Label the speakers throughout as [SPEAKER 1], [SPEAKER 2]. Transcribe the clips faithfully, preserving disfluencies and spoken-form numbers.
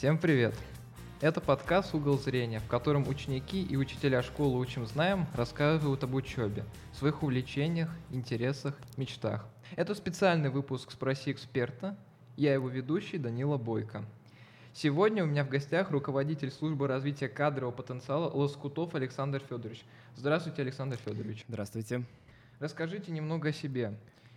[SPEAKER 1] Всем привет! Это подкаст «Угол зрения», в котором ученики и учителя школы «Учим, знаем» рассказывают об учебе, своих увлечениях, интересах, мечтах. Это специальный выпуск «Спроси эксперта». Я его ведущий Данила Бойко. Сегодня у меня в гостях руководитель службы развития кадрового потенциала Лоскутов Александр Федорович. Здравствуйте, Александр Федорович.
[SPEAKER 2] Здравствуйте.
[SPEAKER 1] Расскажите немного о себе.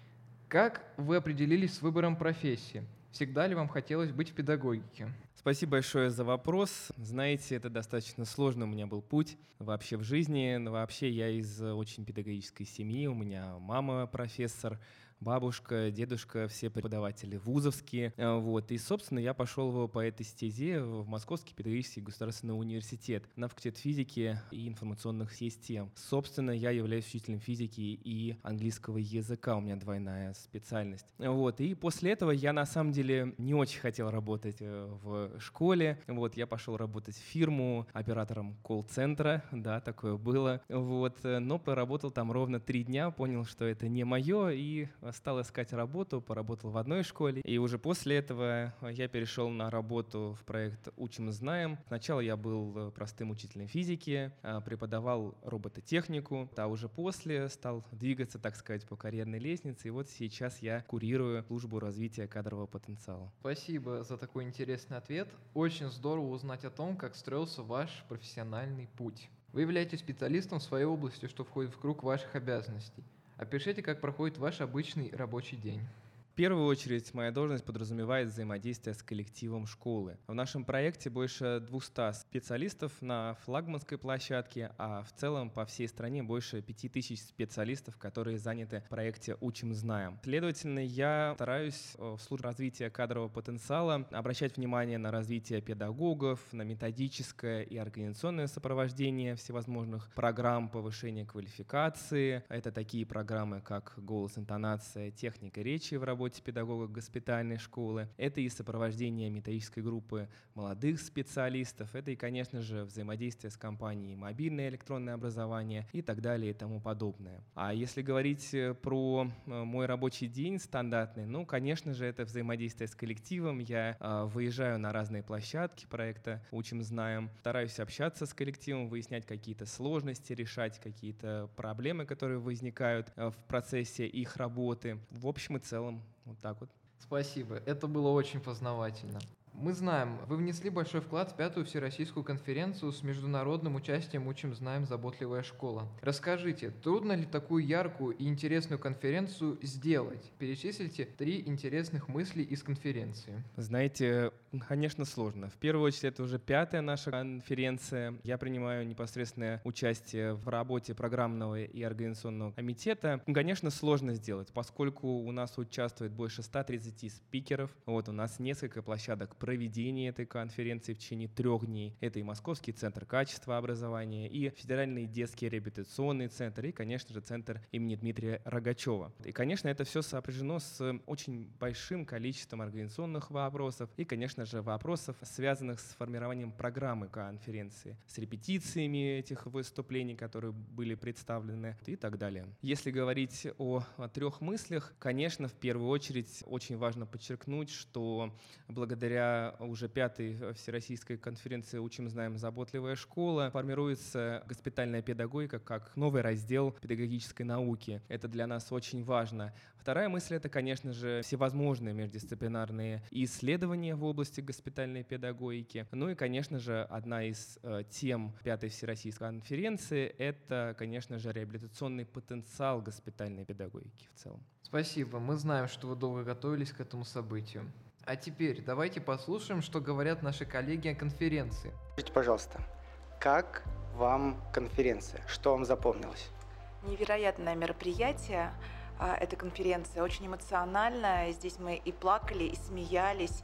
[SPEAKER 1] Как вы определились с выбором профессии? Всегда ли вам хотелось быть в педагогике?
[SPEAKER 2] Спасибо большое за вопрос. Знаете, это достаточно сложный у меня был путь вообще в жизни. Но вообще я из очень педагогической семьи. У меня мама профессор, бабушка, дедушка, все преподаватели вузовские. Вот. И, собственно, я пошел по этой стезе в Московский педагогический государственный университет на факультет физики и информационных систем. Собственно, я являюсь учителем физики и английского языка. У меня двойная специальность. Вот. И после этого я, на самом деле, не очень хотел работать в школе. Вот. Я пошел работать в фирму оператором колл-центра. Да, такое было. Вот. Но поработал там ровно три дня, понял, что это не мое, и стал искать работу, поработал в одной школе, и уже после этого я перешел на работу в проект «Учим, знаем». Сначала я был простым учителем физики, преподавал робототехнику, а уже после стал двигаться, так сказать, по карьерной лестнице, и вот сейчас я курирую службу развития кадрового потенциала.
[SPEAKER 1] Спасибо за такой интересный ответ. Очень здорово узнать о том, как строился ваш профессиональный путь. Вы являетесь специалистом в своей области, что входит в круг ваших обязанностей. Опишите, как проходит ваш обычный рабочий день.
[SPEAKER 2] В первую очередь, моя должность подразумевает взаимодействие с коллективом школы. В нашем проекте больше двухсот специалистов на флагманской площадке, а в целом по всей стране больше пяти тысяч специалистов, которые заняты в проекте «Учим, знаем». Следовательно, я стараюсь в службе развития кадрового потенциала обращать внимание на развитие педагогов, на методическое и организационное сопровождение всевозможных программ повышения квалификации. Это такие программы, как голос, интонация, техника речи в работе педагога госпитальной школы. Это и сопровождение методической группы молодых специалистов. Это и, конечно же, взаимодействие с компанией «Мобильное электронное образование» и так далее и тому подобное. А если говорить про мой рабочий день стандартный, ну, конечно же, это взаимодействие с коллективом. Я э, выезжаю на разные площадки проекта «Учим, знаем», стараюсь общаться с коллективом, выяснять какие-то сложности, решать какие-то проблемы, которые возникают э, в процессе их работы. В общем и целом, вот так вот.
[SPEAKER 1] Спасибо, это было очень познавательно. Мы знаем, вы внесли большой вклад в пятую всероссийскую конференцию с международным участием «Учим, знаем. Заботливая школа». Расскажите, трудно ли такую яркую и интересную конференцию сделать? Перечислите три интересных мысли из конференции.
[SPEAKER 2] Знаете, конечно, сложно. В первую очередь, это уже пятая наша конференция. Я принимаю непосредственное участие в работе программного и организационного комитета. Конечно, сложно сделать, поскольку у нас участвует больше ста тридцати спикеров. Вот, у нас несколько площадок проведения этой конференции в течение трех дней. Это и Московский центр качества образования, и Федеральный детский реабилитационный центр, и, конечно же, центр имени Дмитрия Рогачева. И, конечно, это все сопряжено с очень большим количеством организационных вопросов и, конечно же, вопросов, связанных с формированием программы конференции, с репетициями этих выступлений, которые были представлены, и так далее. Если говорить о, о трех мыслях, конечно, в первую очередь очень важно подчеркнуть, что благодаря уже пятой всероссийской конференции «Учим, знаем. Заботливая школа» формируется госпитальная педагогика как новый раздел педагогической науки. Это для нас очень важно. Вторая мысль — это, конечно же, всевозможные междисциплинарные исследования в области госпитальной педагогики. Ну и, конечно же, одна из э, тем пятой всероссийской конференции — это, конечно же, реабилитационный потенциал госпитальной педагогики в целом.
[SPEAKER 1] Спасибо. Мы знаем, что вы долго готовились к этому событию. А теперь давайте послушаем, что говорят наши коллеги о конференции.
[SPEAKER 3] Скажите, пожалуйста, как вам конференция? Что вам запомнилось?
[SPEAKER 4] Невероятное мероприятие. Эта конференция очень эмоциональная. Здесь мы и плакали, и смеялись.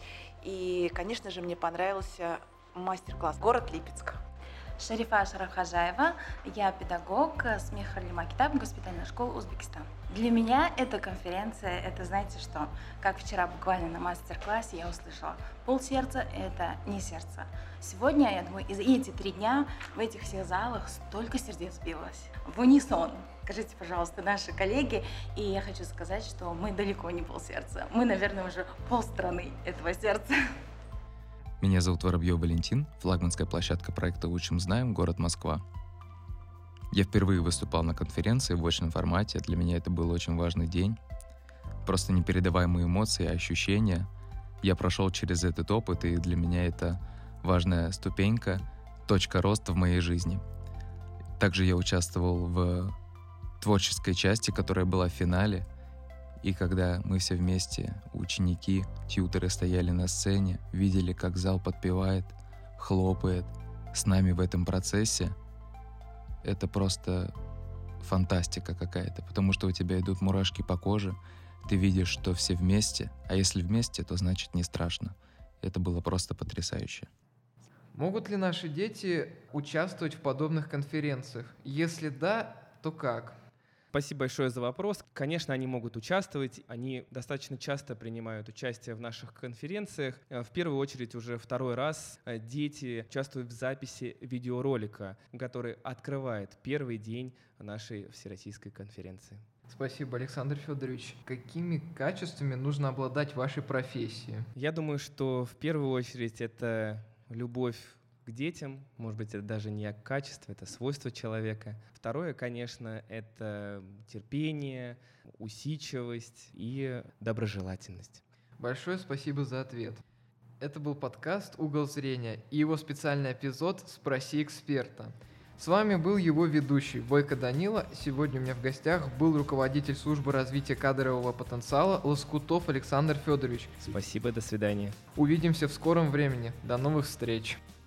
[SPEAKER 4] И, конечно же, мне понравился мастер-класс «Город Липецк».
[SPEAKER 5] Шарифа Шарафхажаева, я педагог смех Макитаб, госпитальная школа Узбекистан. Для меня эта конференция, это знаете что, как вчера буквально на мастер-классе я услышала, полсердца – это не сердце. Сегодня, я думаю, и эти три дня в этих всех залах столько сердец билось, в унисон. Скажите, пожалуйста, наши коллеги, и я хочу сказать, что мы далеко не полсердца, мы, наверное, уже полстраны этого сердца.
[SPEAKER 6] Меня зовут Воробьев Валентин, флагманская площадка проекта «Учим, знаем», город Москва. Я впервые выступал на конференции в очном формате, для меня это был очень важный день. Просто непередаваемые эмоции, ощущения. Я прошел через этот опыт, и для меня это важная ступенька, точка роста в моей жизни. Также я участвовал в творческой части, которая была в финале. И когда мы все вместе, ученики, тьюторы стояли на сцене, видели, как зал подпевает, хлопает с нами в этом процессе, это просто фантастика какая-то, потому что у тебя идут мурашки по коже, ты видишь, что все вместе, а если вместе, то значит не страшно. Это было просто потрясающе.
[SPEAKER 1] Могут ли наши дети участвовать в подобных конференциях? Если да, то как?
[SPEAKER 2] Спасибо большое за вопрос. Конечно, они могут участвовать. Они достаточно часто принимают участие в наших конференциях. В первую очередь, уже второй раз дети участвуют в записи видеоролика, который открывает первый день нашей всероссийской конференции.
[SPEAKER 1] Спасибо, Александр Федорович. Какими качествами нужно обладать в вашей профессии?
[SPEAKER 2] Я думаю, что в первую очередь это любовь к детям, может быть, это даже не качество, это свойство человека. Второе, конечно, это терпение, усидчивость и доброжелательность.
[SPEAKER 1] Большое спасибо за ответ. Это был подкаст «Угол зрения» и его специальный эпизод «Спроси эксперта». С вами был его ведущий Бойко Данила. Сегодня у меня в гостях был руководитель службы развития кадрового потенциала Лоскутов Александр Федорович.
[SPEAKER 2] Спасибо, до свидания.
[SPEAKER 1] Увидимся в скором времени. До новых встреч.